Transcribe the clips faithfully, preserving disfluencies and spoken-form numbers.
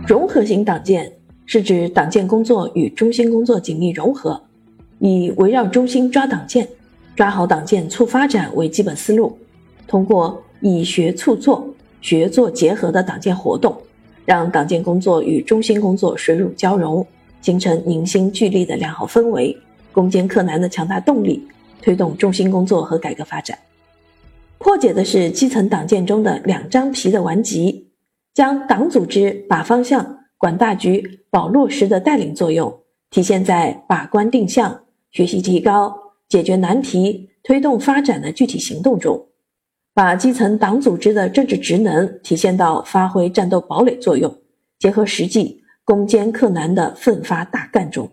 融合型党建是指党建工作与中心工作紧密融合，以围绕中心抓党建、抓好党建促发展为基本思路，通过以学促作、学做结合的党建活动，让党建工作与中心工作水乳交融，形成凝心聚力的良好氛围，攻坚克难的强大动力，推动中心工作和改革发展。破解的是基层党建中的两张皮的顽疾，将党组织把方向、管大局、保落实的带领作用体现在把关定向、学习提高、解决难题、推动发展的具体行动中，把基层党组织的政治职能体现到发挥战斗堡垒作用，结合实际攻坚克难的奋发大干中。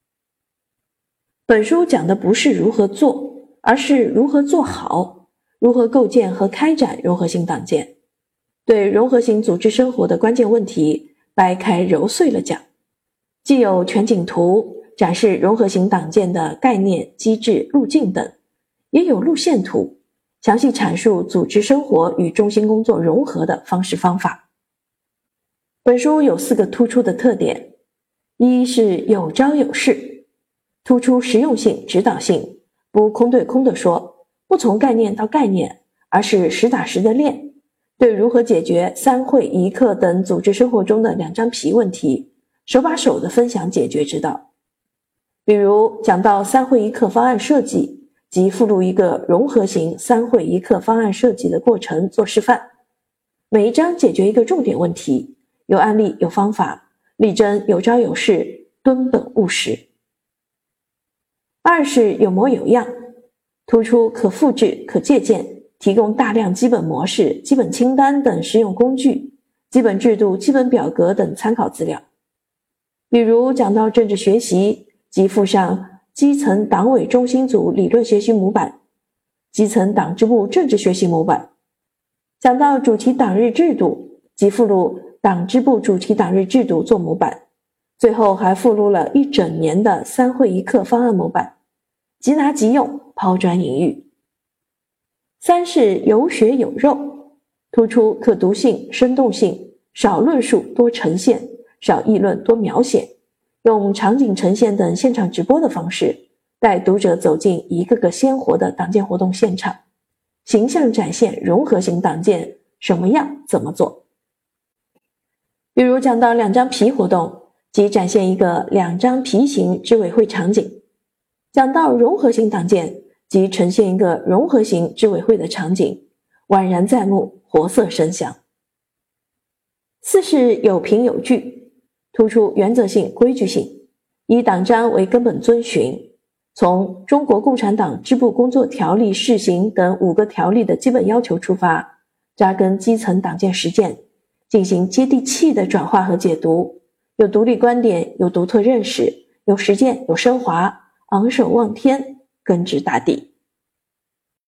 本书讲的不是如何做，而是如何做好，如何构建和开展融合型党建，对融合型组织生活的关键问题掰开揉碎了讲，既有全景图展示融合型党建的概念、机制、路径等，也有路线图详细阐述组织生活与中心工作融合的方式方法。本书有四个突出的特点：一是有招有式，突出实用性、指导性，不空对空的说，不从概念到概念，而是实打实的练，对如何解决三会一课等组织生活中的两张皮问题，手把手的分享解决之道。比如讲到三会一课方案设计，即附录一个融合型三会一课方案设计的过程做示范，每一章解决一个重点问题，有案例有方法，力争有招有式，敦本务实。二是有模有样，突出可复制、可借鉴，提供大量基本模式、基本清单等实用工具、基本制度、基本表格等参考资料。比如讲到政治学习，即附上基层党委中心组理论学习模板、基层党支部政治学习模板。讲到主题党日制度，即附录党支部主题党日制度做模板，最后还附录了一整年的三会一课方案模板，即拿即用，抛砖引玉。三是有血有肉，突出可读性、生动性，少论述多呈现，少议论多描写，用场景呈现等现场直播的方式，带读者走进一个个鲜活的党建活动现场，形象展现融合型党建什么样怎么做。比如讲到两张皮活动，即展现一个两张皮型支委会场景；讲到融合型党建，即呈现一个融合型支委会的场景，宛然在目，活色生香。四是有凭有据，突出原则性、规矩性，以党章为根本遵循，从中国共产党支部工作条例试行等五个条例的基本要求出发，扎根基层党建实践，进行接地气的转化和解读，有独立观点，有独特认识，有实践，有升华，昂首望天，根植大地。